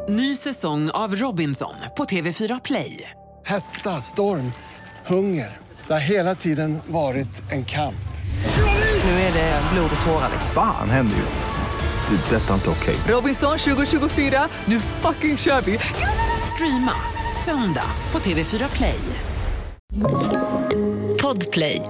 Ny säsong av Robinson på TV4 Play. Hetta, storm, hunger. Det har hela tiden varit en kamp. Nu är det blod och tårar. Fan händer just nu. Det. Detta är inte okej. Robinson 2024, nu fucking kör vi. Streama söndag på TV4 Play. Podplay.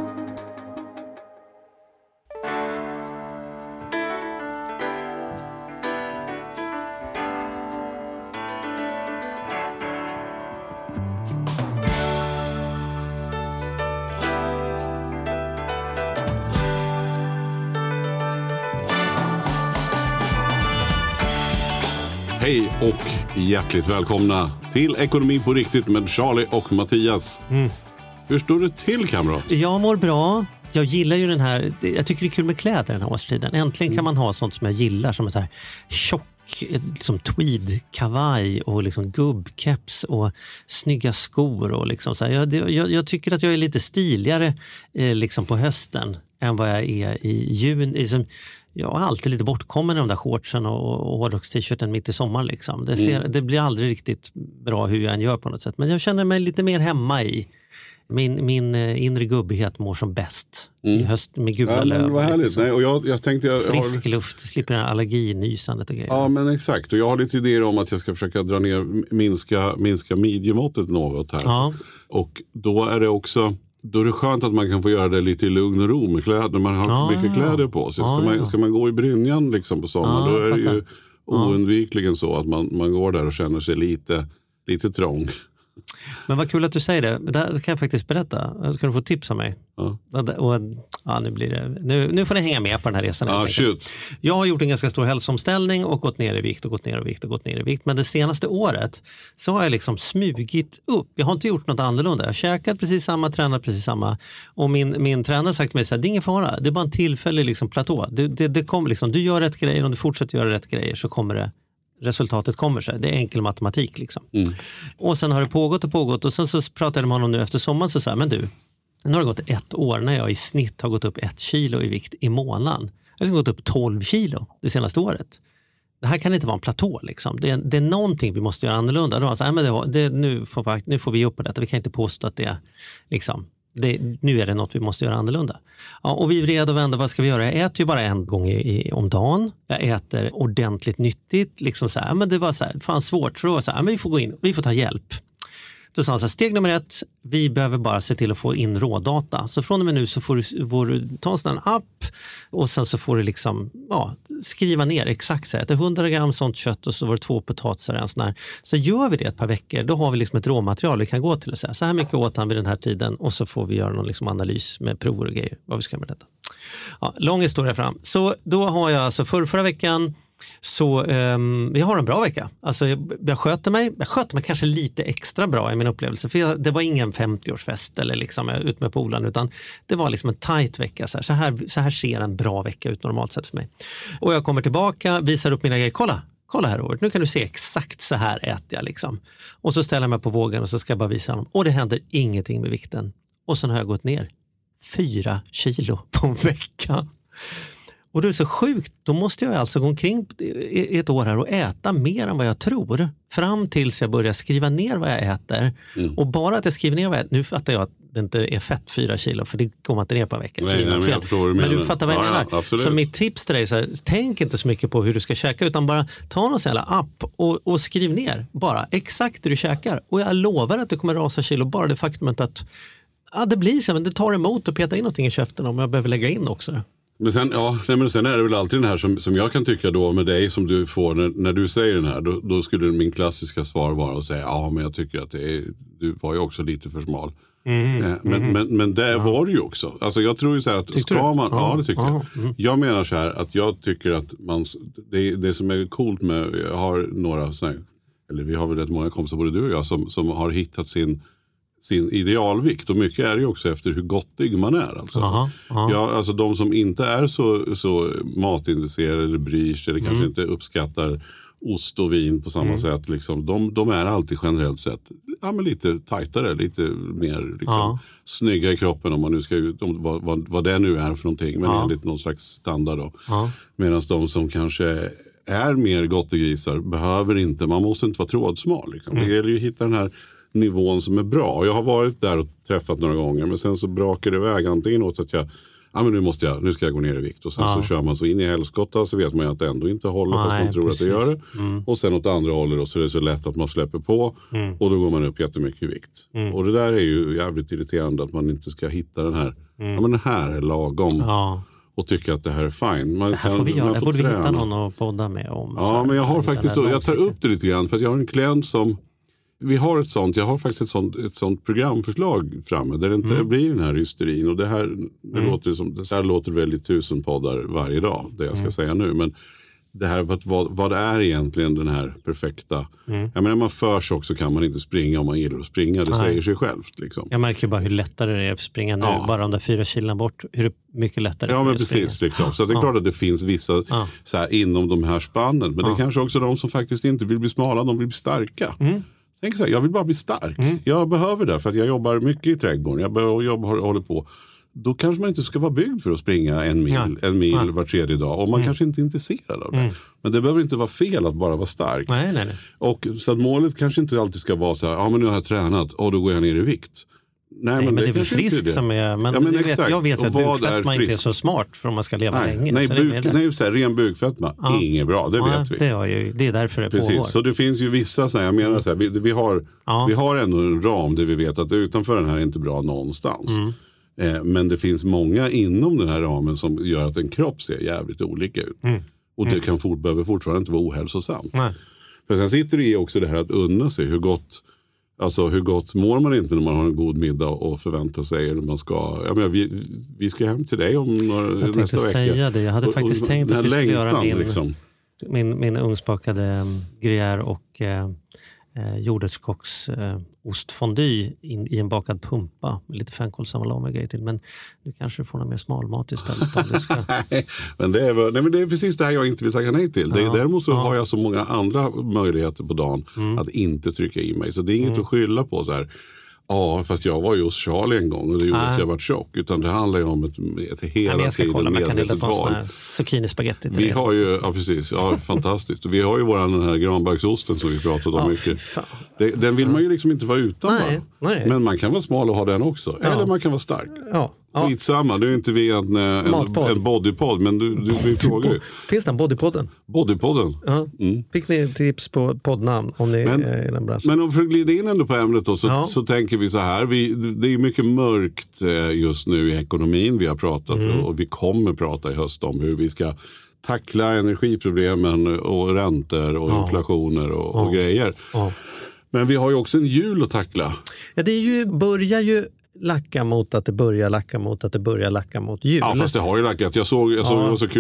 Hej och hjärtligt välkomna till Ekonomi på riktigt med Charlie och Mattias. Hur står det till, kamrat? Jag mår bra. Jag gillar ju den här, jag tycker det är kul med kläder den här årstiden. Äntligen kan man ha sånt som jag gillar, som en så här tjock liksom tweed-kavaj och liksom gubbkeps och snygga skor och liksom så här. Jag tycker att jag är lite stiligare liksom på hösten än vad jag är i juni. Jag är alltid lite bortkommen i de där shortsen och hårdrocks-t-shirten mitt i sommar. Liksom. Det blir aldrig riktigt bra hur jag än gör på något sätt. Men jag känner mig lite mer hemma i. Min inre gubbighet mår som bäst i höst med gula löv. Vad härligt. Nej, och jag tänkte frisk luft, slipper den här allerginysandet och grejer. Ja, men exakt. Och jag har lite idéer om att jag ska försöka dra ner, minska midjemåttet något här. Ja. Och då är det också... Då är det skönt att man kan få göra det lite i lugn och ro med kläder. När man har mycket kläder på sig. Ska man gå i brynjan liksom på sommaren, då är det ju oundvikligen så att man går där och känner sig lite trång. Men vad kul att du säger det. Det kan jag faktiskt berätta. Jag ska få tips av mig. Nu blir det. Nu får ni hänga med på den här resan. Jag har gjort en ganska stor hälsoomställning och gått ner i vikt och gått ner i vikt. Men det senaste året så har jag liksom smugit upp. Jag har inte gjort något annorlunda. Jag har käkat precis samma, tränat precis samma. Och min tränare har sagt till mig så här, det är ingen fara. Det är bara en tillfällig liksom platå. Det kommer liksom, du gör rätt grejer, om du fortsätter göra rätt grejer så kommer det. Resultatet kommer sig. Det är enkel matematik liksom. Och sen har det pågått och sen så pratade jag med honom nu efter sommaren så sa jag, men du, nu har det gått 1 år när jag i snitt har gått upp 1 kilo i vikt i månaden. Jag har gått upp 12 kilo det senaste året. Det här kan inte vara en platå liksom. Det är någonting vi måste göra annorlunda. Då har jag sagt, men nu får vi upp på detta. Vi kan inte påstå att det är liksom... nu är det något vi måste göra annorlunda. Ja, och vi vred och vände, vad ska vi göra? Jag äter ju bara en gång om dagen. Jag äter ordentligt nyttigt. Liksom så här, men det var så här, fan svårt. Så då var så här, men vi får gå in, vi får ta hjälp. Då sa han så här, steg nummer 1, vi behöver bara se till att få in rådata. Så från och med nu så får du ta en sån app och sen så får du liksom, skriva ner exakt så här, det är 100 gram sånt kött och så var det 2 potatisar en sån här. Så gör vi det ett par veckor, då har vi liksom ett råmaterial vi kan gå till och säga, så här mycket åt han vid den här tiden och så får vi göra någon liksom analys med prover och grejer, vad vi ska med detta. Ja, lång historia fram. Så då har jag alltså förra veckan så vi har en bra vecka. Alltså jag sköter mig kanske lite extra bra i min upplevelse. För det var ingen 50-årsfest eller liksom ut med polan, utan det var liksom en tight vecka. Så här ser en bra vecka ut normalt sett för mig. Och jag kommer tillbaka, visar upp mina grejer. Kolla här Robert, nu kan du se exakt så här äter jag liksom. Och så ställer jag mig på vågen och så ska jag bara visa honom. Och det händer ingenting med vikten. Och sen har jag gått ner 4 kilo på en vecka. Och det är så sjukt, då måste jag alltså gå omkring i ett år här och äta mer än vad jag tror. Fram tills jag börjar skriva ner vad jag äter. Och bara att jag skriver ner vad jag äter, nu fattar jag att det inte är fett 4 kilo, för det kommer inte ner på en vecka. Men du fattar vad jag menar. Ja, så mitt tips till dig är så här, tänk inte så mycket på hur du ska käka, utan bara ta någon sån här app och skriv ner bara exakt det du käkar. Och jag lovar att du kommer rasa kilo, bara det faktumet att det blir så, men det tar emot att peta in någonting i käften om jag behöver lägga in också. Men sen är det väl alltid den här som jag kan tycka då med dig som du får när du säger den här, då skulle min klassiska svar vara att säga, men jag tycker att du var ju också lite för smal. Men det var det ju också. Alltså jag tror ju så här att ska man, det tycker jag. Jag menar så här att jag tycker att det som är coolt med, jag har några så här, eller vi har väl rätt många kompisar, både du och jag, som har hittat sin idealvikt, och mycket är det ju också efter hur gottig man är alltså. Alltså de som inte är så matintresserade eller bryr sig eller kanske inte uppskattar ost och vin på samma sätt liksom, de är alltid generellt sett men lite tajtare, lite mer liksom, snygga i kroppen, om man nu ska ut, vad det nu är för någonting, men enligt någon slags standard då. Medan de som kanske är mer gottegrisar behöver inte, man måste inte vara trådsmal. Liksom. Det gäller ju att hitta den här nivån som är bra. Jag har varit där och träffat några gånger, men sen så brakar det iväg antingen åt att nu ska jag gå ner i vikt, och sen så kör man så in i helskotta, så vet man ju att det ändå inte håller fast man tror att det gör det. Och sen åt andra hållet, och så är det så lätt att man släpper på och då går man upp jättemycket i vikt. Och det där är ju jävligt irriterande, att man inte ska hitta den här men det här är lagom och tycka att det här är fine. Det här får vi göra, det borde vi hitta någon att podda med om. Ja, men jag har faktiskt så, jag tar upp det lite grann, för att jag har en klient som jag har faktiskt ett sånt programförslag framme där det inte blir den här hysterin, och det här låter väldigt 1000 poddar varje dag, det jag ska säga nu, men det här vad är egentligen den här perfekta, jag menar, man förs också kan man inte springa om man gillar att springa, det säger sig självt liksom. Jag märker bara hur lättare det är att springa nu, bara de där 4 kilorna bort, hur mycket lättare det är att springa. Precis, liksom. Så det är klart att det finns vissa så här, inom de här spannen, men det är kanske också de som faktiskt inte vill bli smala, de vill bli starka. Tänk så här, jag vill bara bli stark. Jag behöver det för att jag jobbar mycket i trädgården. Jag håller på. Då kanske man inte ska vara byggd för att springa en mil var tredje dag. Och man kanske inte är intresserad av det. Men det behöver inte vara fel att bara vara stark. Nej. Och så att målet kanske inte alltid ska vara så här, men nu har jag tränat och då går jag ner i vikt. Nej, men det är väl frisk som är, men jag vet att bukfetma inte är så smart för om man ska leva länge. Ren bukfetma, inget bra, det vet vi. Det är därför det pågår. Så det finns ju vissa, så här, jag menar så här, vi har ändå en ram där vi vet att utanför den här är inte bra någonstans. Men det finns många inom den här ramen som gör att en kropp ser jävligt olika ut. Och det behöver fortfarande inte vara ohälsosamt. För sen sitter det i också det här att unna sig hur gott mår man inte när man har en god middag och förväntar sig att man ska, vi ska hem till dig om nästa vecka. Säga det. Jag hade faktiskt tänkt att vi skulle göra min ugnsbakade gruyère och jordärtskocks ostfondy i en bakad pumpa med lite fänkålssalami och grejer till. Men du kanske får någon mer smalmat istället. Om du ska... men det är precis det här jag inte vill tacka nej till. Däremot så har jag så många andra möjligheter på dagen att inte trycka i mig. Så det är inget att skylla på så här. Ja, fast jag var ju hos Charlie en gång och det gjorde att jag var tjock. Utan det handlar ju om ett hela tiden medvetet val. Zucchini-spaghetti. Vi har ju, precis, fantastiskt. Och vi har ju den här granbarksosten som vi pratat om mycket. Den vill man ju liksom inte vara utan. Nej. Men man kan vara smal och ha den också. Eller man kan vara stark. Skitsamma, nu är inte vi en bodypodd, men du frågar ju. Finns den bodypodden? Bodypodden. Fick ni tips på poddnamn om ni är i den branschen? Men om för att glida in ändå på ämnet då, så tänker vi så här. Det är mycket mörkt just nu i ekonomin. Vi har pratat och vi kommer prata i höst om hur vi ska tackla energiproblemen och räntor och inflationer och grejer. Men vi har ju också en jul att tackla. Ja, det börjar ju lacka mot att det börjar lacka mot att det börjar lacka mot jul. Ja, fast det har ju lackat. Jag såg det var så kul.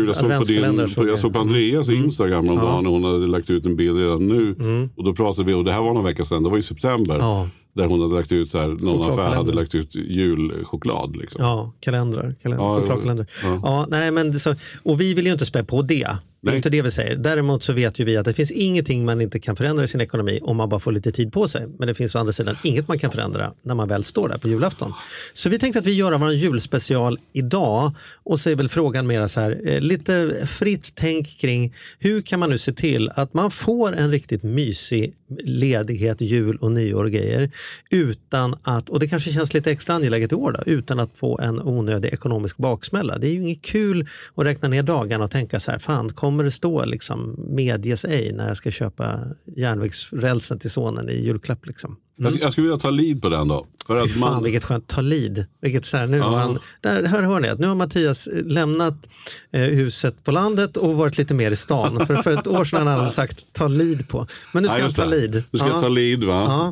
Jag såg på Andreas Instagram om dagen, och hon hade lagt ut en bild redan nu. Och då pratade vi, och det här var någon vecka sedan, det var i september. Där hon hade lagt ut så här, någon affär hade lagt ut julchoklad liksom. Ja, kalendrar, chokladkalendrar. Nej, men så, och vi vill ju inte spä på det. Det är inte det vi säger. Däremot så vet ju vi att det finns ingenting man inte kan förändra i sin ekonomi om man bara får lite tid på sig. Men det finns å andra sidan inget man kan förändra när man väl står där på julafton. Så vi tänkte att vi gör vår julspecial idag, och så är väl frågan mera så här, lite fritt tänk kring hur kan man nu se till att man får en riktigt mysig ledighet, jul och nyår och grejer, utan att, och det kanske känns lite extra angeläget i år då, utan att få en onödig ekonomisk baksmälla. Det är ju inget kul att räkna ner dagarna och tänka så här, fan, kommer det stå liksom medges ej när jag ska köpa järnvägsrälsen till sonen i julklapp liksom. Jag skulle vilja ta lead på den då. För att fan, vilket skönt, ta lead. Vilket så här, nu har han, hör ni att nu har Mattias lämnat huset på landet och varit lite mer i stan. För ett år sedan hade han sagt ta lead på. Men nu ska han ta lead. Du ska ta lead, va?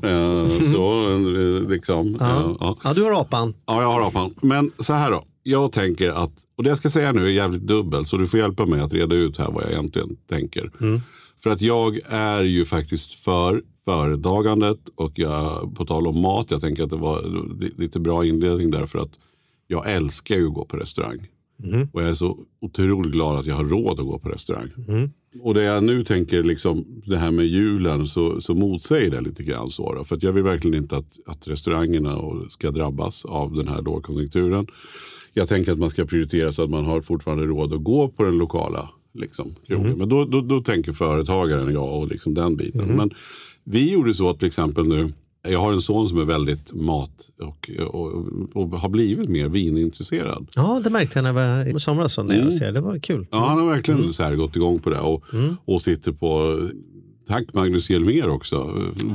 Så liksom. Ja, du har apan. Ja, jag har apan. Men så här då. Jag tänker att, och det jag ska säga nu är jävligt dubbelt, så du får hjälpa mig att reda ut här vad jag egentligen tänker. För att jag är ju faktiskt för föredragandet, och jag, på tal om mat, jag tänker att det var lite bra inledning där, för att jag älskar ju att gå på restaurang. Och jag är så otroligt glad att jag har råd att gå på restaurang. Och det jag nu tänker liksom, det här med julen, så motsäger det lite grann så då. För att jag vill verkligen inte att restaurangerna ska drabbas av den här lågkonjunkturen. Jag tänker att man ska prioritera så att man har fortfarande råd att gå på den lokala liksom, krogen. Men då tänker företagaren jag och liksom den biten. Men vi gjorde så att till exempel nu, jag har en son som är väldigt mat och har blivit mer vinintresserad. Ja, det märkte jag när jag var i somras när jag ser det. var kul. Ja, han har verkligen så här gått igång på det och sitter på, tack Magnus Hjelmér också,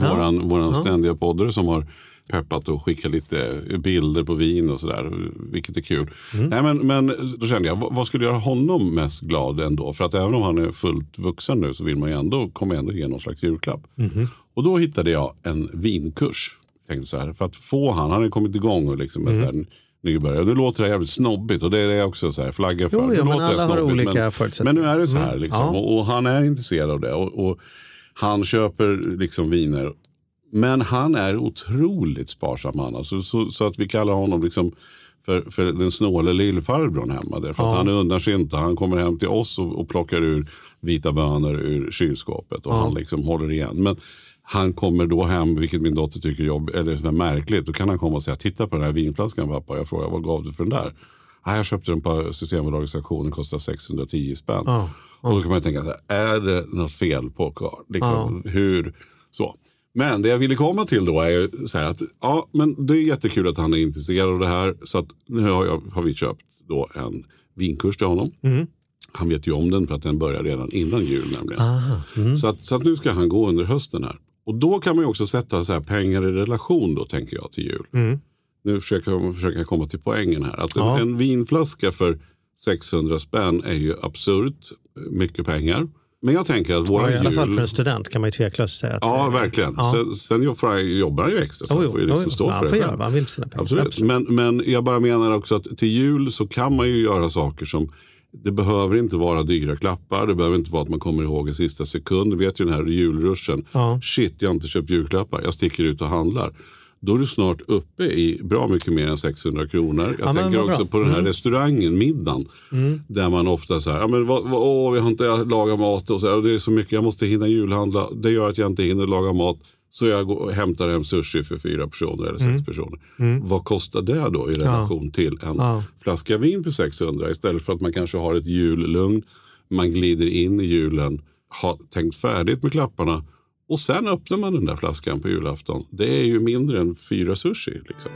våran ständiga poddare som har peppat och skickat lite bilder på vin och sådär, vilket är kul. Nej, men då kände jag, vad skulle göra honom mest glad ändå? För att även om han är fullt vuxen nu så vill man ju ändå ge någon slags julklapp. Och då hittade jag en vinkurs. Tänkte så här, för att få han har kommit igång och liksom med så här nybörjare. Nu låter det jävligt snobbigt och det är det också så här, flagga för. Jo, men alla har olika förutsättningar. Men nu är det så här liksom, och han är intresserad av det och han köper liksom viner. Men han är otroligt sparsam alltså, så att vi kallar honom liksom för den snåle lillfarbrorn hemma där. För att han undrar sig inte. Han kommer hem till oss och plockar ur vita bönor ur kylskåpet och han liksom håller igen. Men han kommer då hem, vilket min dotter tycker är märkligt. Då kan han komma och säga, titta på den här vinflaskan pappa. Jag frågar, vad gav du för den där? Jag köpte den på Systembolagets auktion, den kostar 610 spänn. Och då kan man tänka så här, är det något fel på liksom, hur så? Men det jag ville komma till då är ju så här att men det är jättekul att han är intresserad av det här, så att nu har vi köpt då en vinkurs till honom. Han vet ju om den för att den börjar redan innan jul nämligen. Så att nu ska han gå under hösten här. Och då kan man ju också sätta så här pengar i relation då, tänker jag, till jul. Nu försöker jag komma till poängen här. Att en vinflaska för 600 spänn är ju absurt mycket pengar. Men jag tänker att våra i alla fall för en student kan man ju tveklöst säga. Ja, verkligen. Sen jobbar han ju extra. Så får ju liksom stå för det. Göra vad han vill sina pengar. Absolut. Men jag bara menar också att till jul så kan man ju göra saker som, det behöver inte vara dyra klappar. Det behöver inte vara att man kommer ihåg i sista sekund. Du vet ju den här julruschen. Shit, jag har inte köpt julklappar. Jag sticker ut och handlar. Då är du snart uppe i bra mycket mer än 600 kronor. Jag tänker också på den här restaurangen, middagen. Där man ofta så här, vi har inte lagat mat och så här, och det är så mycket, jag måste hinna julhandla. Det gör att jag inte hinner laga mat. Så jag går och hämtar hem sushi för 4 personer eller 6 personer. Vad kostar det då i relation till en flaska vin för 600? Istället för att man kanske har ett jullugn. Man glider in i julen, har tänkt färdigt med klapparna. Och sen öppnar man den där flaskan på julafton. Det är ju mindre än 4 sushi liksom.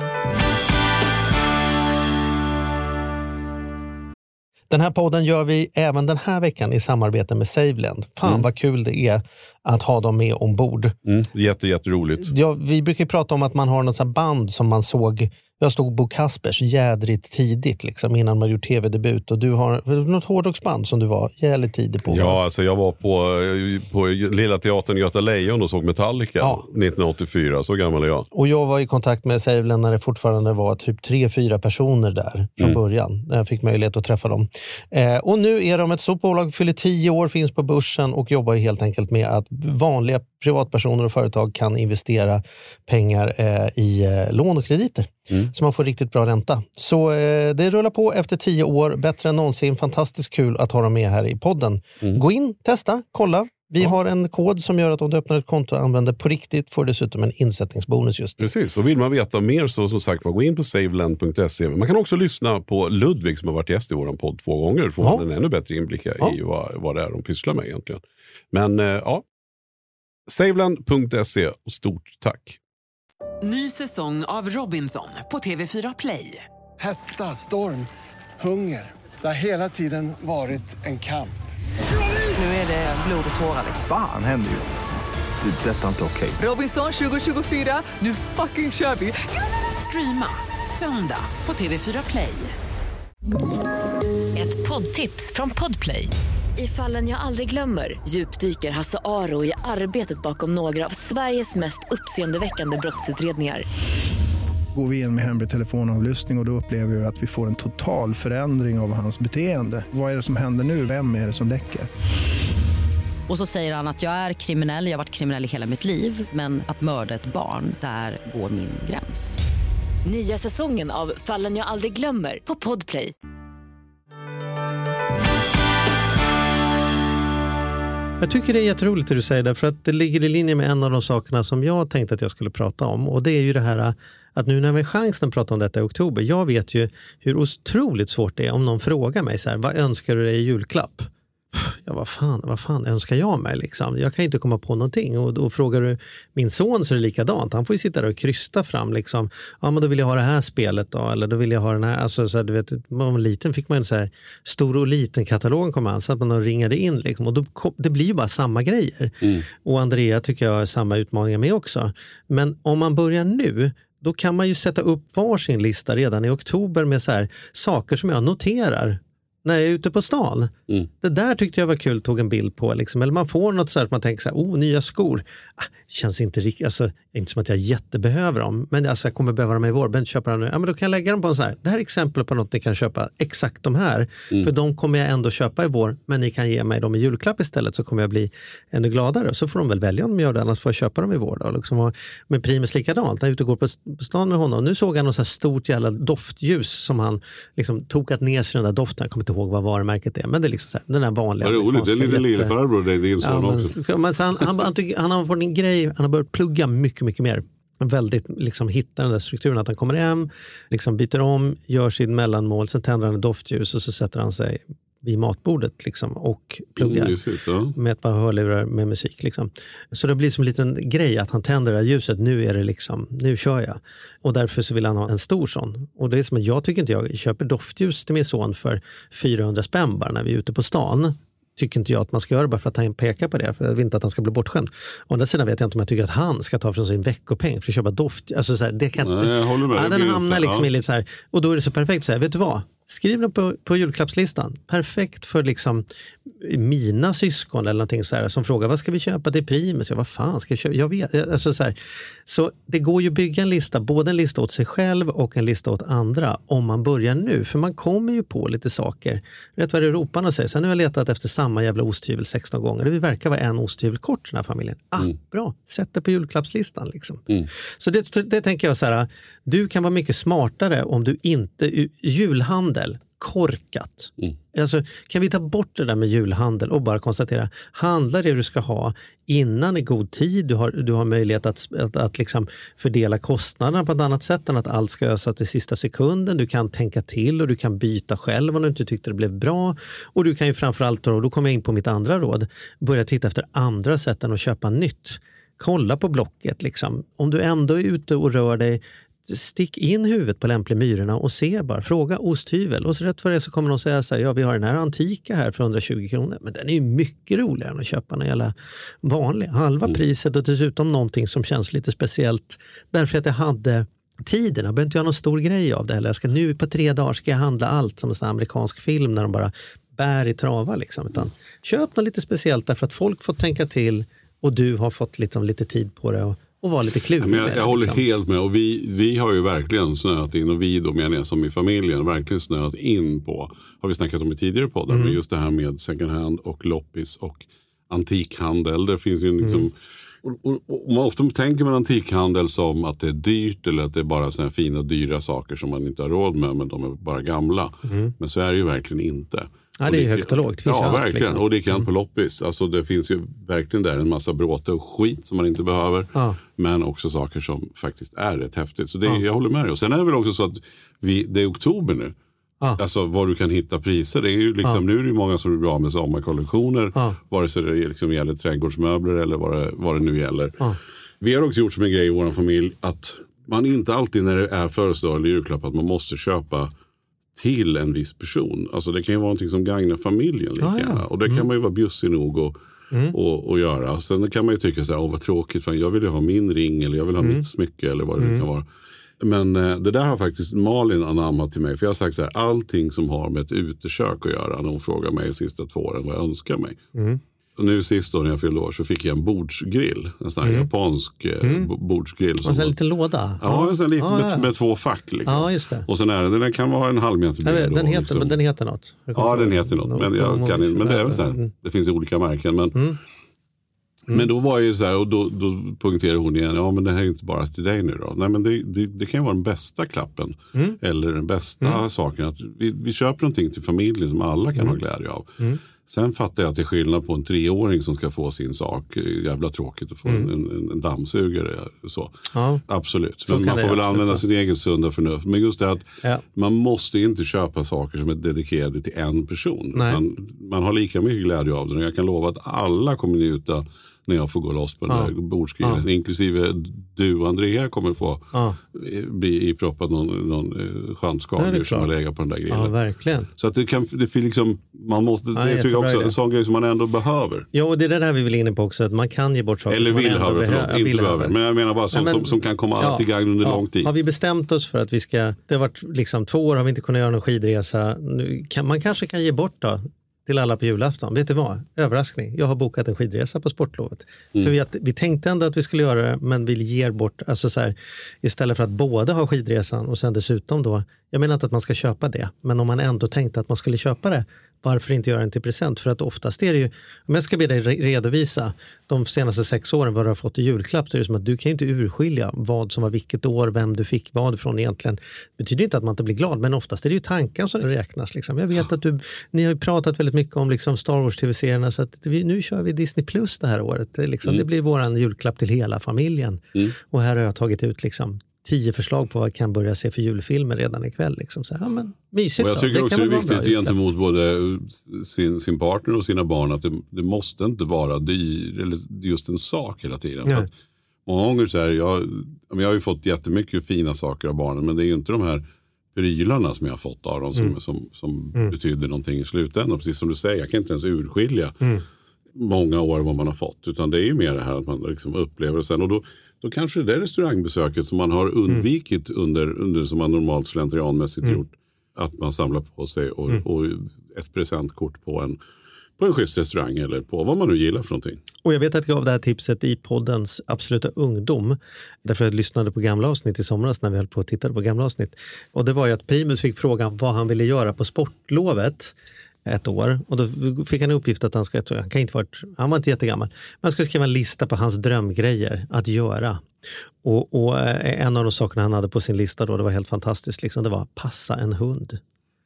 Den här podden gör vi även den här veckan i samarbete med SaveLend. Fan vad kul det är att ha dem med ombord. Jätteroligt. Ja, vi brukar prata om att man har något sånt band som man såg. Jag stod Bo Kaspers jädrigt tidigt liksom, innan man gjort tv-debut. Och du har något hårdrocksband som du var jävligt tidig på. Ja, alltså jag var på Lilla Teatern Göta Lejon och såg Metallica 1984. Så gammal är jag. Och jag var i kontakt med SaveLend när det fortfarande var typ 3-4 personer där från början. När jag fick möjlighet att träffa dem. Och nu är de ett stort bolag, fyller 10 år, finns på börsen och jobbar helt enkelt med att vanliga privatpersoner och företag kan investera pengar i lån och krediter. Så man får riktigt bra ränta. Så det rullar på efter 10 år. Bättre än någonsin. Fantastiskt kul att ha dem med här i podden. Gå in, testa, kolla. Vi har en kod som gör att om du öppnar ett konto och använder på riktigt får dessutom en insättningsbonus just nu. Precis, och vill man veta mer så som sagt gå in på saveland.se. Man kan också lyssna på Ludvig som har varit gäst i vår podd 2 gånger. Får man en ännu bättre inblick i vad det är de pysslar med egentligen. Men saveland.se och stort tack. Ny säsong av Robinson på TV4 Play. Hetta, storm, hunger. Det har hela tiden varit en kamp. Nu är det blod och tårar. Fan händer just det. Det är detta inte okej. Robinson 2024, nu fucking kör vi. Streama söndag på TV4 Play. Ett poddtips från Podplay. I Fallen jag aldrig glömmer djupdyker Hasse Aro i arbetet bakom några av Sveriges mest uppseendeväckande brottsutredningar. Går vi in med hemlig telefonavlyssning och då upplever vi att vi får en total förändring av hans beteende. Vad är det som händer nu? Vem är det som läcker? Och så säger han att jag är kriminell, jag har varit kriminell i hela mitt liv. Men att mörda ett barn, där går min gräns. Nya säsongen av Fallen jag aldrig glömmer på Podplay. Jag tycker det är jätteroligt det du säger där, för att det ligger i linje med en av de sakerna som jag tänkte att jag skulle prata om. Och det är ju det här att nu när vi har chansen att prata om detta i oktober, jag vet ju hur otroligt svårt det är om någon frågar mig så här, vad önskar du dig i julklapp? vad fan önskar jag mig liksom? Jag kan inte komma på någonting. Och då frågar du min son så är det likadant. Han får ju sitta där och krysta fram liksom. Ja, men då vill jag ha det här spelet då. Eller då vill jag ha den här. Alltså så här, du vet, när man var liten fick man en så här stor och liten katalogen kom an. Så att man ringade in liksom. Och då det blir ju bara samma grejer. Och Andrea tycker jag har samma utmaningar med också. Men om man börjar nu, då kan man ju sätta upp varsin lista redan i oktober med så här saker som jag noterar när jag är ute på stan. Det där tyckte jag var kul, tog en bild på. Liksom. Eller man får något så här att man tänker så här, nya skor. Känns inte riktigt, alltså, inte som att jag jättebehöver dem. Men alltså, jag kommer behöva dem i vår. Men köpa dem nu. Ja, men då kan jag lägga dem på en så här. Det här är exempel på något ni kan köpa exakt de här. För de kommer jag ändå köpa i vår. Men ni kan ge mig dem i julklapp istället, så kommer jag bli ännu gladare. Så får de väl välja om de gör det, annars får jag köpa dem i vår. Då. Liksom, med Primus likadant. När jag ute och går på stan med honom. Nu såg han något så här stort jävla doftljus som han liksom tokat ner sig den där doften. Jag kommer inte ihåg vad varumärket är. Men det är liksom så här, den där vanliga. Det är roligt, det är lite lillefarbror, det är din son också. Men han har fått en grej, han har börjat plugga mycket mer. Väldigt liksom hitta den där strukturen att han kommer hem, liksom byter om, gör sin mellanmål, sen tänder han ett doftljus och så sätter han sig vid matbordet liksom, och pluggar med ett par hörlurar med musik. Liksom. Så det blir som en liten grej att han tänder det här ljuset. Nu är det liksom, nu kör jag. Och därför så vill han ha en stor sån. Och det är som att jag tycker inte jag köper doftljus till min son för 400 spänn bara när vi är ute på stan. Tycker inte jag att man ska göra bara för att han pekar på det. För jag vill inte att han ska bli bortskämd. Å andra sidan vet jag inte om jag tycker att han ska ta från sin veckopeng för att köpa doft. Alltså så här, det kan... Nej, jag håller med. Den hamnar liksom i lite så här. Och då är det så perfekt så här, vet du vad? Skriv den på julklappslistan. Perfekt för liksom mina syskon eller någonting så här, som frågar vad ska vi köpa till Primus? Vad fan ska jag köpa? Jag vet. Alltså så här. Så det går ju att bygga en lista, både en lista åt sig själv och en lista åt andra om man börjar nu. För man kommer ju på lite saker. Rätt vad det roparna säger. Sen har jag letat efter samma jävla osthyvel 16 gånger. Det verkar vara en osthyvel kort den här familjen. Bra. Sätt det på julklappslistan liksom. Så det tänker jag så här. Du kan vara mycket smartare om du inte... Julhandel. Korkat. Alltså, kan vi ta bort det där med julhandel och bara konstatera, handla det du ska ha innan i god tid. Du har möjlighet att liksom fördela kostnaderna på ett annat sätt än att allt ska ösa till sista sekunden. Du kan tänka till och du kan byta själv om du inte tyckte det blev bra. Och du kan ju framförallt, då kommer jag in på mitt andra råd, börja titta efter andra sätt än att köpa nytt. Kolla på Blocket liksom. Om du ändå är ute och rör dig, stick in huvudet på lämpliga myrorna och se bara, fråga osthyvel. Och så rätt för det så kommer de säga så här, ja vi har den här antika här för 120 kronor. Men den är ju mycket roligare än att köpa en jävla vanlig. Halva priset och dessutom någonting som känns lite speciellt. Därför att jag hade tiden. Jag behöver inte göra någon stor grej av det heller. Jag ska nu på 3 dagar ska jag handla allt som en sån amerikansk film när de bara bär i trava liksom. Utan köp något lite speciellt därför att folk får tänka till och du har fått liksom lite tid på det och vara lite klurig. Ja, jag håller helt med och vi har ju verkligen snöat in och vi då menar jag som i familjen verkligen snöat in på, har vi snackat om i tidigare poddar, men just det här med second hand och loppis och antikhandel. Det finns ju liksom och man ofta tänker man antikhandel som att det är dyrt eller att det är bara såna här fina dyra saker som man inte har råd med men de är bara gamla. Men så är det ju verkligen inte. Ja, det är högt och lågt. Ja, verkligen. Liksom. Och det kan på loppis. Alltså det finns ju verkligen där en massa bråte och skit som man inte behöver. Ja. Men också saker som faktiskt är rätt häftigt. Så det, jag håller med dig. Och sen är det väl också så att det är oktober nu. Ja. Alltså var du kan hitta priser. Det är ju liksom, nu är det ju många som är bra med sommarkollektioner. Ja. Vare sig det liksom gäller trädgårdsmöbler eller vad det nu gäller. Ja. Vi har också gjort som en grej i vår familj att man inte alltid när det är födelsedag eller julklapp att man måste köpa till en viss person. Alltså det kan ju vara någonting som gagnar familjen lika gärna. Och det kan man ju vara bjussig nog och göra. Sen kan man ju tycka så här, vad tråkigt, för jag vill ju ha min ring eller jag vill ha mitt smycke eller vad det kan vara. Men det där har faktiskt Malin anammat till mig. För jag har sagt så här, allting som har med ett utekök att göra när hon frågar mig de sista 2 åren vad jag önskar mig. Och nu sist då när jag fyllde år så fick jag en bordsgrill. En sån här japansk bordsgrill. Och en liten låda. Ja, en lite med 2 fack. Liksom. Ja, just det. Och sen är den kan vara en halv meter bred. Den heter något. Ja, den heter något. Men jag kan inte. Men det är väl så här. Det finns olika märken. Men då var ju så här, och då poängterade hon igen, ja men det här är inte bara till dig nu då. Nej men det kan ju vara den bästa klappen. Eller den bästa saken. Att vi köper någonting till familjen som alla kan ha glädje av. Sen fattar jag att det är skillnad på en 3-åring som ska få sin sak. Jävla tråkigt att få en dammsugare. Så. Ja. Absolut. Men man får väl använda sin egen sunda förnuft. Men just det att man måste inte köpa saker som är dedikerade till en person. Man har lika mycket glädje av det. Och jag kan lova att alla kommer njuta när jag får gå loss på den där bordskriven. Inklusive du och Andrea kommer få bli iproppad någon chansskador som har legat på den där grejen. Ja, verkligen. Så att det är liksom, man måste, det tycker jag också en sån grej som man ändå behöver. Ja, och det är det där vi vill inne på också, att man kan ge bort saker. Eller vill ha det, inte behöver. Men jag menar bara som kan komma alla till gagn under lång tid. Har vi bestämt oss för att vi ska, det har varit liksom 2 år har vi inte kunnat göra någon skidresa. Nu man kanske kan ge bort då till alla på julafton. Vet du vad? Överraskning. Jag har bokat en skidresa på sportlovet. För vi tänkte ändå att vi skulle göra det, men vi ger bort, alltså så här, istället för att både ha skidresan och sen dessutom då, jag menar inte att man ska köpa det, men om man ändå tänkte att man skulle köpa det, varför inte göra den till present? För att oftast är det ju, om jag ska be dig redovisa de senaste 6 åren vad du har fått i julklapp, så är det som att du kan inte urskilja vad som var vilket år, vem du fick vad från egentligen. Det betyder inte att man inte blir glad, men oftast är det ju tanken som räknas. Liksom. Jag vet att ni har ju pratat väldigt mycket om liksom Star Wars tv-serierna, så att nu kör vi Disney Plus det här året. Det blir våran julklapp till hela familjen. Och här har jag tagit ut liksom 10 förslag på vad jag kan börja se för julfilmer redan ikväll. Liksom. Så, men mysigt. Och jag tycker också det är viktigt gentemot både sin partner och sina barn att det måste inte vara dyr eller just en sak hela tiden. För att många gånger så här, jag har ju fått jättemycket fina saker av barnen, men det är ju inte de här prylarna som jag har fått av dem som betyder någonting i slutändan. Precis som du säger, jag kan inte ens urskilja många år vad man har fått, utan det är ju mer det här att man liksom upplever det sen. Och då kanske det där restaurangbesöket som man har undvikit under som man normalt slentrianmässigt gjort, att man samlar på sig och ett presentkort på en schysst restaurang eller på vad man nu gillar för någonting. Och jag vet att jag gav det här tipset i poddens absoluta ungdom, därför jag lyssnade på gamla avsnitt i somras när vi höll på att titta på gamla avsnitt. Och det var ju att Primus fick frågan vad han ville göra på sportlovet ett år, och då fick han uppgift att han var inte jättegammal, men han skulle skriva en lista på hans drömgrejer att göra. Och en av de sakerna han hade på sin lista då, det var helt fantastiskt, liksom, det var passa en hund.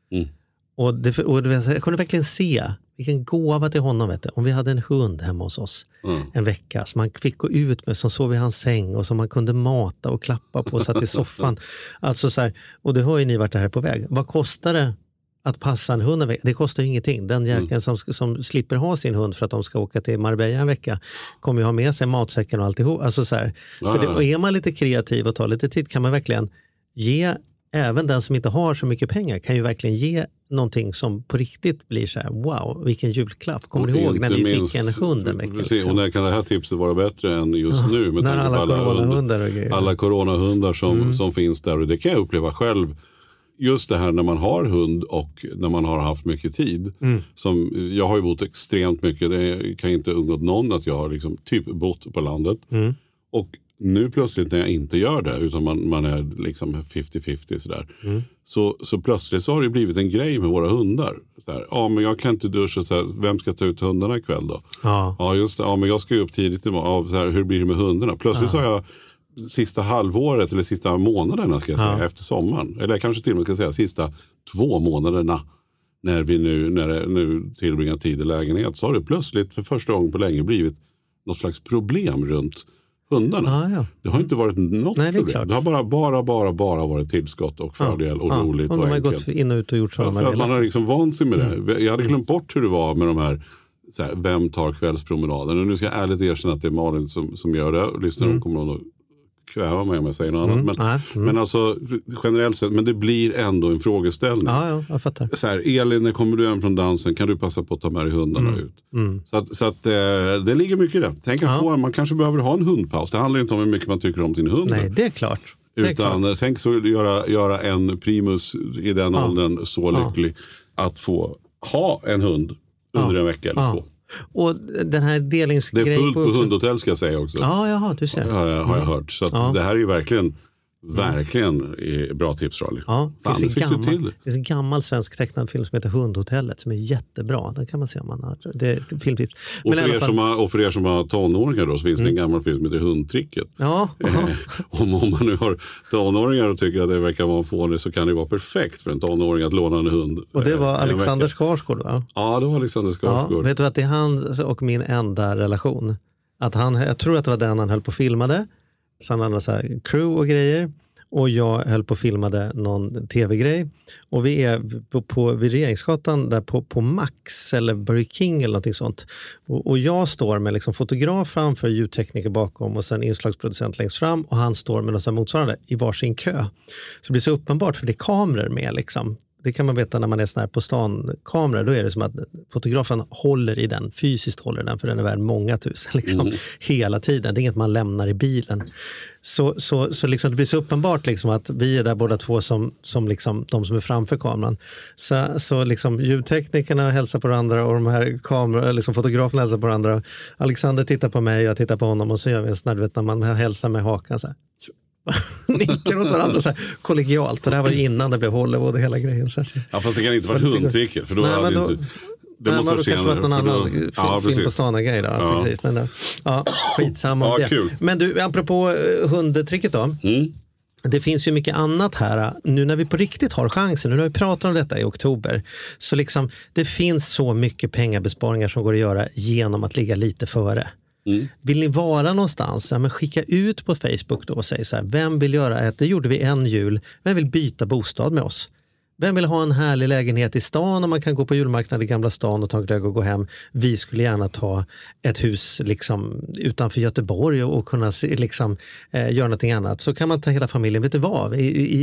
Och jag kunde verkligen se vilken gåva till honom, vet du, om vi hade en hund hemma hos oss en vecka som man fick gå ut med, som sov i hans säng och som man kunde mata och klappa på och satt i soffan. Alltså så här, och det har ju ni varit här på väg. Vad kostar det att passa en hund en vecka? Det kostar ju ingenting. Den jäkeln som slipper ha sin hund för att de ska åka till Marbella en vecka kommer ju ha med sig matsäcken och alltihop. Alltså så här. Och är man lite kreativ och tar lite tid kan man verkligen ge, även den som inte har så mycket pengar kan ju verkligen ge någonting som på riktigt blir så här: wow, vilken julklapp. Kommer du ihåg när vi fick en hund en vecka? Precis, och när kan det här tipset vara bättre än just nu? Med när alla coronahundar som finns där. Och det kan jag uppleva själv. Just det här när man har hund och när man har haft mycket tid. Som, jag har ju bott extremt mycket. Det kan inte undgått någon att jag har liksom typ bott på landet. Och nu plötsligt när jag inte gör det, utan man är liksom 50-50 sådär. Så plötsligt så har det blivit en grej med våra hundar. Så men jag kan inte duscha, så här, vem ska ta ut hundarna ikväll då? Ja just det, men jag ska ju upp tidigt imorgon. Så här, hur blir det med hundarna? Plötsligt så har jag sista halvåret eller sista månaderna ska jag säga efter sommaren. Eller kanske till och med ska säga sista 2 månaderna när vi nu tillbringar tid i lägenhet, så har det plötsligt för första gången på länge blivit något slags problem runt hundarna. Det har inte varit något problem. Det har bara varit tillskott och fördel och roligt och de har enkelt. Gått in och ut och gjort så. För att man har liksom vant sig med det. Jag hade glömt bort hur det var med de här, så här, vem tar kvällspromenaden. Och nu ska jag ärligt erkänna att det är Malin som gör det. Och lyssnar kommer någon att kväva mig om jag säger något annat. Men alltså generellt sett, men det blir ändå en frågeställning. Ja, jag fattar. Så här, Elin, när kommer du hem från dansen? Kan du passa på att ta med dig hundarna ut? Så att det ligger mycket i det. Tänk att man kanske behöver ha en hundpaus. Det handlar inte om hur mycket man tycker om sin hund. Nej, det är klart. Utan tänk så göra en Primus i den åldern så lycklig att få ha en hund under en vecka eller 2. Och den här delningsgrejen... Det är fullt på hundhotell ska jag säga också. Ja, jaha, du ser. Har jag hört. Så att det här är ju verkligen... Verkligen bra tips, Rally. Ja, det finns en gammal svensk tecknad film som heter Hundhotellet som är jättebra. Den kan man se om man har. Det är filmtips. Och för er som har tonåringar då, så finns det en gammal film som heter Hundtricket. Ja. Om man nu har tonåringar och tycker att det verkar vara en fånig, så kan det vara perfekt för en tonåring att låna en hund. Och det var Alexander Skarsgård, va? Ja, det var Alexander Skarsgård. Ja, vet du att det är han och min enda relation? Att jag tror att det var den han höll på och filmade. Så han hade så här crew och grejer. Och jag höll på och filmade någon tv-grej. Och vi är vid Regeringsgatan där på Max eller Burger King eller någonting sånt. Och jag står med liksom fotograf framför, ljudtekniker bakom och sen inslagsproducent längst fram. Och han står med något motsvarande i varsin kö. Så det blir så uppenbart för det är kameror med liksom. Det kan man veta när man är sån här på stan-kameror. Då är det som att fotografen håller i den, fysiskt håller den, för den är värd många tusen liksom, hela tiden. Det är inget man lämnar i bilen. Så liksom, det blir så uppenbart liksom, att vi är där båda två som liksom, de som är framför kameran. Så liksom, ljudteknikerna hälsar på varandra och de här liksom, fotograferna hälsar på varandra. Alexander tittar på mig och jag tittar på honom och så gör vi en sån här, du vet, när man hälsar med hakan så här. Nickar åt varandra så här kollegialt. Och det här var ju innan det blev Hollywood och hela grejen. Så här. Ja, fast det kan inte vara Hundtricket. För då hade då, inte... Det måste vara senare. Någon annan film på stan och grejer. Ja. Precis. Men, skitsamma om det. Kul. Men du, apropå hundtricket då. Det finns ju mycket annat här. Nu när vi på riktigt har chansen, nu när vi pratar om detta i oktober, så liksom, det finns så mycket pengabesparingar som går att göra genom att ligga lite före. Vill ni vara någonstans? Ja, men skicka ut på Facebook då och säg så här: vem vill göra det gjorde vi en jul, vem vill byta bostad med oss? Vem vill ha en härlig lägenhet i stan och man kan gå på julmarknad i Gamla stan och ta en glögg och gå hem? Vi skulle gärna ta ett hus liksom utanför Göteborg och kunna liksom, göra någonting annat. Så kan man ta hela familjen. Vet du vad?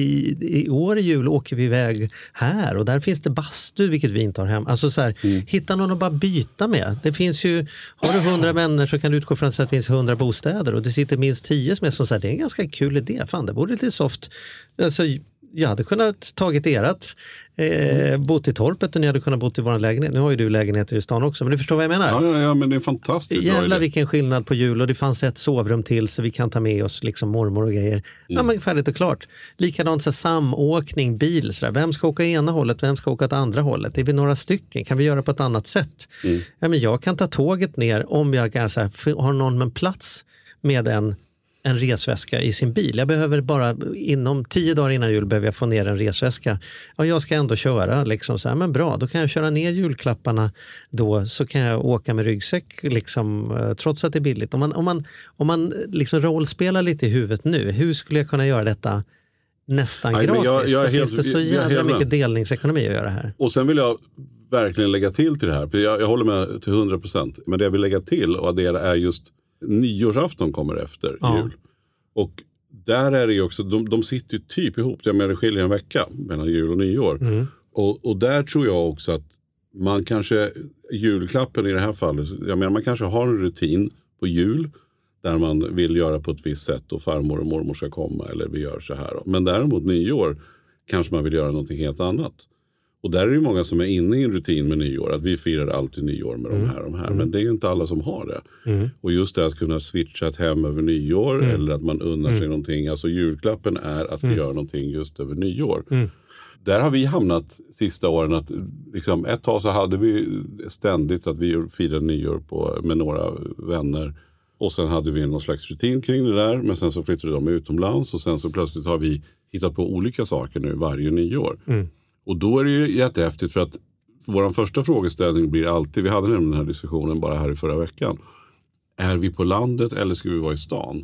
I år i jul åker vi iväg här och där finns det bastu, vilket vi inte har hem. Alltså så här, hitta någon att bara byta med. Det finns ju, har du 100 vänner så kan du utgå från att det finns 100 bostäder och det sitter minst 10 som är så här, det är en ganska kul idé. Fan, det vore lite soft. Alltså, jag hade kunnat tagit erat bott i torpet och ni hade kunnat bo i vår lägenhet. Nu har ju du lägenheter i stan också, men du förstår vad jag menar? Ja, men det är fantastiskt. Jävlar vilken skillnad på jul, och det fanns ett sovrum till så vi kan ta med oss liksom mormor och grejer. Ja, men färdigt och klart. Likadant så samåkning, bil. Så där. Vem ska åka ena hållet, vem ska åka åt andra hållet? Är vi några stycken? Kan vi göra på ett annat sätt? Ja, men jag kan ta tåget ner om jag har någon med plats med en resväska i sin bil. Jag behöver bara inom 10 dagar innan jul behöver jag få ner en resväska. Ja, jag ska ändå köra liksom så här, men bra, då kan jag köra ner julklapparna då, så kan jag åka med ryggsäck liksom, trots att det är billigt. Om man liksom rollspelar lite i huvudet nu, hur skulle jag kunna göra detta nästan gratis? Så finns det så jävla mycket delningsekonomi att göra här. Och sen vill jag verkligen lägga till det här. Jag håller med till 100%. Men det jag vill lägga till och addera är just nyårsafton kommer efter jul. Och där är det ju också, de sitter ju typ ihop, jag menar det skiljer en vecka mellan jul och nyår. Och där tror jag också att man kanske, julklappen i det här fallet, jag menar man kanske har en rutin på jul där man vill göra på ett visst sätt och farmor och mormor ska komma eller vi gör så här. Men däremot nyår kanske man vill göra någonting helt annat. Och där är det ju många som är inne i en rutin med nyår. Att vi firar alltid nyår med de här. Men det är ju inte alla som har det. Och just det att kunna switcha ett hem över nyår. Eller att man unnar sig någonting. Alltså julklappen är att vi gör någonting just över nyår. Där har vi hamnat sista åren att liksom, ett tag så hade vi ständigt att vi firade nyår med några vänner. Och sen hade vi någon slags rutin kring det där. Men sen så flyttade de utomlands. Och sen så plötsligt har vi hittat på olika saker nu varje nyår. Och då är det ju jättehäftigt för att vår första frågeställning blir alltid, vi hade nämligen den här diskussionen bara här i förra veckan. Är vi på landet eller ska vi vara i stan?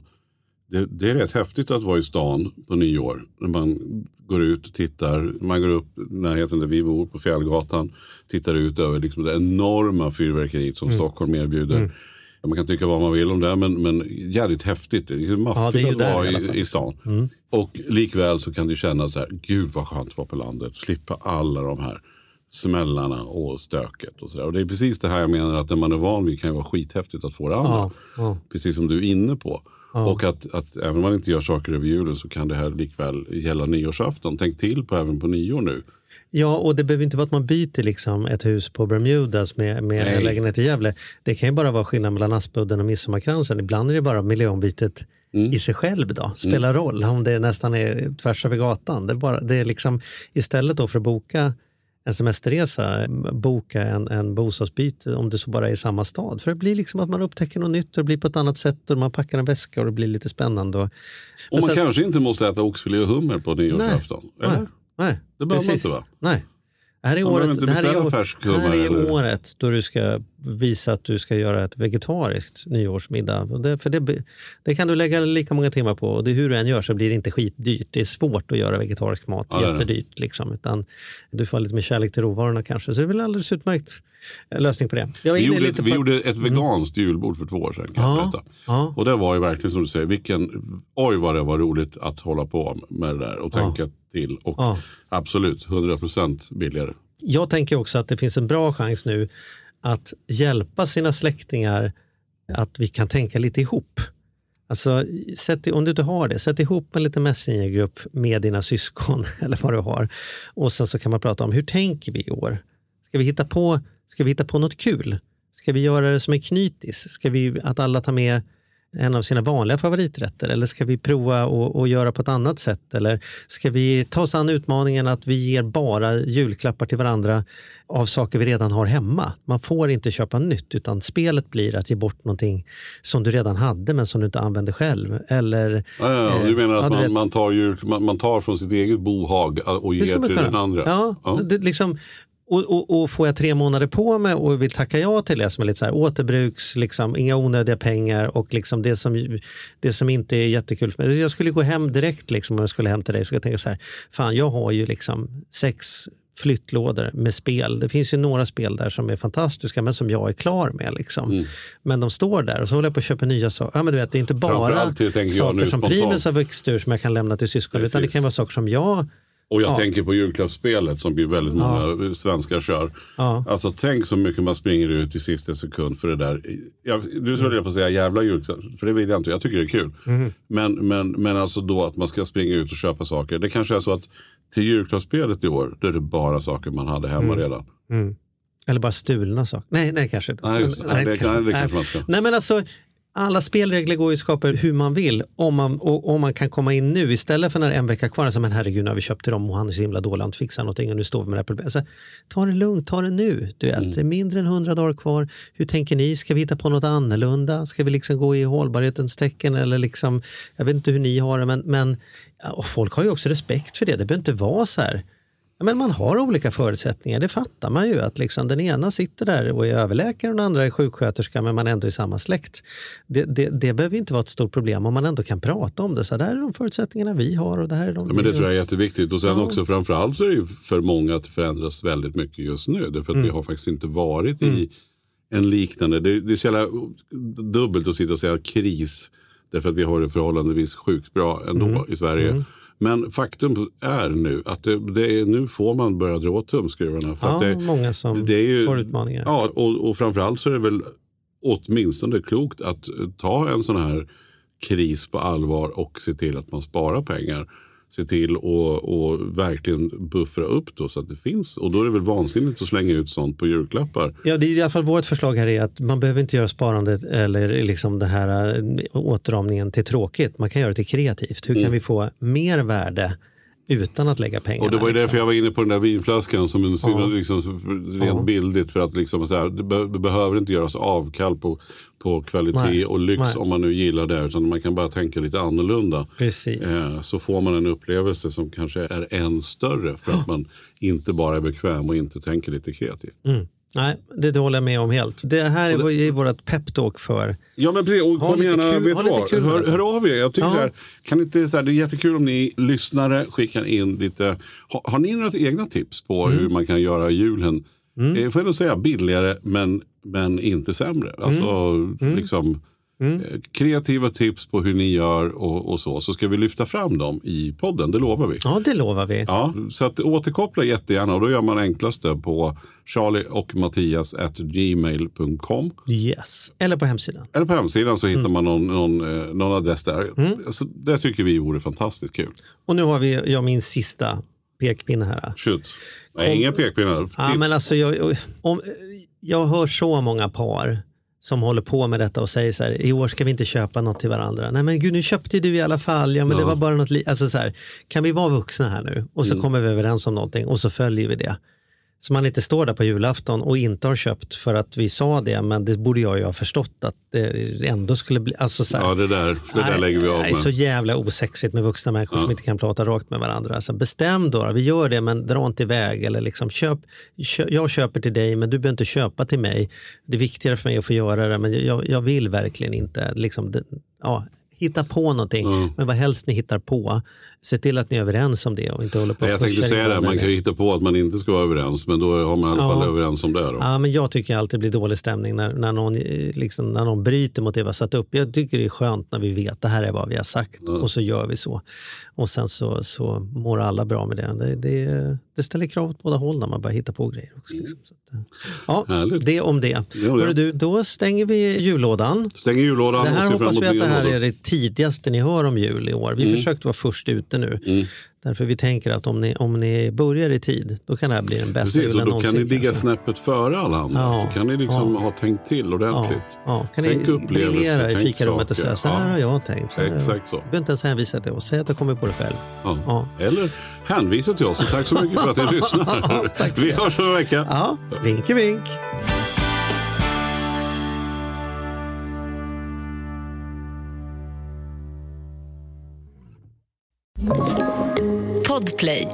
Det är rätt häftigt att vara i stan på nyår. När man går ut och tittar, man går upp närheten där vi bor på Fjällgatan, tittar ut över liksom det enorma fyrverkeriet som Stockholm erbjuder. Man kan tycka vad man vill om det, men jävligt häftigt. Det är maffigt att vara i stan. Och likväl så kan det kännas så här, gud vad skönt att vara på landet. Slippa alla de här smällarna och stöket och sådär. Och det är precis det här jag menar, att när man är van vid kan det vara skithäftigt att få det andra. Precis som du är inne på. Och att även om man inte gör saker över julen så kan det här likväl gälla nyårsafton. Tänk till på även på nyår nu. Ja, och det behöver inte vara att man byter liksom ett hus på Bermudas med en lägenhet i Gävle. Det kan ju bara vara skillnad mellan Aspudden och Midsommarkransen. Ibland är det bara miljonbytet i sig själv då. Spelar roll om det nästan är tvärs över gatan. Det är liksom istället då för att boka en semesterresa, boka en bostadsbyte om det så bara är i samma stad. För det blir liksom att man upptäcker något nytt och det blir på ett annat sätt och man packar en väska och det blir lite spännande. Och man kanske inte måste äta oxfilé och hummer på nyårsafton. Nej, det behöver man inte, va? Nej. Det här är året då du ska visa att du ska göra ett vegetariskt nyårsmiddag. Det kan du lägga lika många timmar på. Och det hur du än gör så blir det inte skitdyrt. Det är svårt att göra vegetarisk mat. Jättedyrt liksom. Utan du får lite mer kärlek till råvarorna kanske. Så det är väl alldeles utmärkt lösning på det. Vi gjorde ett veganskt julbord för 2 år sedan. Och det var ju verkligen som du säger. Oj vad det var roligt att hålla på med det där. Och tänka till. Och absolut 100% billigare. Jag tänker också att det finns en bra chans nu att hjälpa sina släktingar att vi kan tänka lite ihop. Alltså, om du inte har det, sätt ihop en liten messengergrupp med dina syskon eller vad du har. Och sen så kan man prata om hur tänker vi i år? Ska vi hitta på något kul? Ska vi göra det som en knytis? Ska vi att alla tar med en av sina vanliga favoriträtter? Eller ska vi prova och göra på ett annat sätt? Eller ska vi ta oss an utmaningen att vi ger bara julklappar till varandra av saker vi redan har hemma? Man får inte köpa nytt, utan spelet blir att ge bort någonting som du redan hade men som du inte använder själv. Eller, du menar att man tar från sitt eget bohag och ger till den andra? Ja. Det liksom... Och får jag 3 månader på mig och vill tacka ja till det som är lite så här återbruks, liksom, inga onödiga pengar och liksom det som inte är jättekul för mig. Jag skulle gå hem direkt liksom, om jag skulle hem till dig, så jag tänka så här, fan jag har ju liksom 6 flyttlådor med spel. Det finns ju några spel där som är fantastiska men som jag är klar med liksom. Men de står där och så håller jag på att köpa nya saker. Ja, men du vet, det är inte bara saker som Primus har växt ur som jag kan lämna till syskon. Precis. Utan det kan vara saker som jag... Och jag tänker på julklappsspelet som blir väldigt många svenskar kör. Alltså tänk så mycket man springer ut i sista sekund för det där. Du skulle på att säga jävla julklapp, för det vill jag inte. Jag tycker det är kul. Men alltså då att man ska springa ut och köpa saker. Det kanske är så att till julklappsspelet i år, då är det bara saker man hade hemma redan. Eller bara stulna saker. Nej, kanske inte. Det kanske man ska. Nej, men alltså... Alla spelregler går ju att skapa hur man vill om man kan komma in nu istället för när en vecka kvar så men herregud, nu har vi köpt till dem och han är så himla dålig, han fixar någonting och nu står vi med det här problemet. Alltså, ta det lugnt, ta det nu. Du vet, det är mindre än 100 dagar kvar. Hur tänker ni? Ska vi hitta på något annorlunda? Ska vi liksom gå i hållbarhetens tecken eller liksom, jag vet inte hur ni har det men och folk har ju också respekt för det. Det behöver inte vara så här. Men man har olika förutsättningar, det fattar man ju att liksom den ena sitter där och är överläkare och den andra är sjuksköterska men man ändå är samma släkt. Det behöver inte vara ett stort problem om man ändå kan prata om det. Så där är de förutsättningarna vi har och det här är de... Men det tror jag är jätteviktigt och sen också framförallt så är det ju för många att förändras väldigt mycket just nu. Därför att vi har faktiskt inte varit i en liknande, det är så jävla dubbelt att sitta och säga kris därför att vi har det förhållandevis sjukt bra ändå i Sverige. Men faktum är nu att det är, nu får man börja dra åt tumskruvarna. För att det, många som det är ju, får utmaningar. Ja, och framförallt så är det väl åtminstone klokt att ta en sån här kris på allvar och se till att man sparar pengar. Se till och verkligen buffra upp då så att det finns. Och då är det väl vansinnigt att slänga ut sånt på julklappar. Ja, det är i alla fall vårt förslag här är att man behöver inte göra sparandet eller liksom det här åtramningen till tråkigt. Man kan göra det till kreativt. Hur kan vi få mer värde utan att lägga pengar? Och det var ju därför jag var inne på den där vinflaskan som en liksom, rent bildigt för att liksom, så här, det behöver inte göras avkall på kvalitet och lyx om man nu gillar det, utan man kan bara tänka lite annorlunda. Precis. Så får man en upplevelse som kanske är än större för att man inte bara är bekväm och inte tänker lite kreativt. Nej, det håller jag med om helt. Det här var ju vårt peptalk för... Ja, men precis. Och kom gärna, vet vad? Hör av er. Jag tycker det är jättekul om ni lyssnare skickar in lite... Har ni några egna tips på hur man kan göra julen? Får jag nog säga billigare, men inte sämre. Alltså, liksom... kreativa tips på hur ni gör och så ska vi lyfta fram dem i podden, det lovar vi. Ja, det lovar vi. Ja, så att återkoppla jättegärna och då gör man enklaste på charlieochmattias@gmail.com. Yes, eller på hemsidan. Eller på hemsidan så hittar man någon adress där. Så det tycker vi vore fantastiskt kul. Och nu har vi min sista pekpinne här. Shoot. Nej, inga pekpinnar. Ja, men alltså jag hör så många par som håller på med detta och säger så här, i år ska vi inte köpa något till varandra. Nej men gud, nu köpte du i alla fall. Ja men det var bara något, alltså så här, kan vi vara vuxna här nu? Och så kommer vi överens om någonting och så följer vi det. Så man inte står där på julafton och inte har köpt för att vi sa det, men det borde jag ju ha förstått att det ändå skulle bli, alltså så här, ja det där lägger vi av med. Det är så jävla osexigt med vuxna människor som inte kan prata rakt med varandra. Alltså bestäm då, vi gör det men dra inte iväg, eller liksom jag köper till dig men du behöver inte köpa till mig. Det är viktigare för mig att få göra det, men jag vill verkligen inte liksom hitta på någonting, men vad helst ni hittar på, se till att ni är överens om det och inte håller på. Jag tänkte säga det, man kan ju hitta på att man inte ska vara överens, men då har man i alla fall överens om det då. Ja, men jag tycker alltid det blir dålig stämning när någon bryter mot det vi har satt upp. Jag tycker det är skönt när vi vet det här är vad vi har sagt och så gör vi så. Och sen så mår alla bra med det. Det ställer krav på båda håll när man bara hittar på grejer också. Liksom. Så att, det om det. Du, då stänger vi jullådan. Stänger jullådan. Det här hoppas vi att det här är det tidigaste ni hör om jul i år. Vi försökte vara först ute nu. Därför vi tänker att om ni börjar i tid, då kan det här bli den bästa julen någonsin. Då kan ni ligga snäppet före alla andra. Så kan ni liksom ha tänkt till ordentligt. Kan ni briljera i fikarummet och säga, så här har jag tänkt. Exakt så. Du behöver inte ens hänvisa till oss. Säg att jag kommer på det själv. Eller hänvisa till oss. Och tack så mycket för att ni lyssnar. Vi hörs om en vecka. Ja, vink vink. Podplay.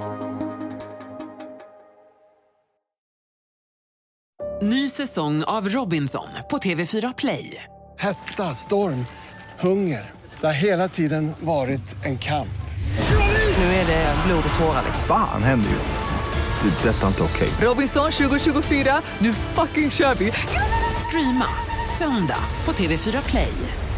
Ny säsong av Robinson på TV4 Play. Hetta, storm, hunger. Det har hela tiden varit en kamp. Nu är det blod och tårar. Fan händer just det. Detta är inte okej. Robinson 2024, nu fucking kör vi. Streama söndag på TV4 Play.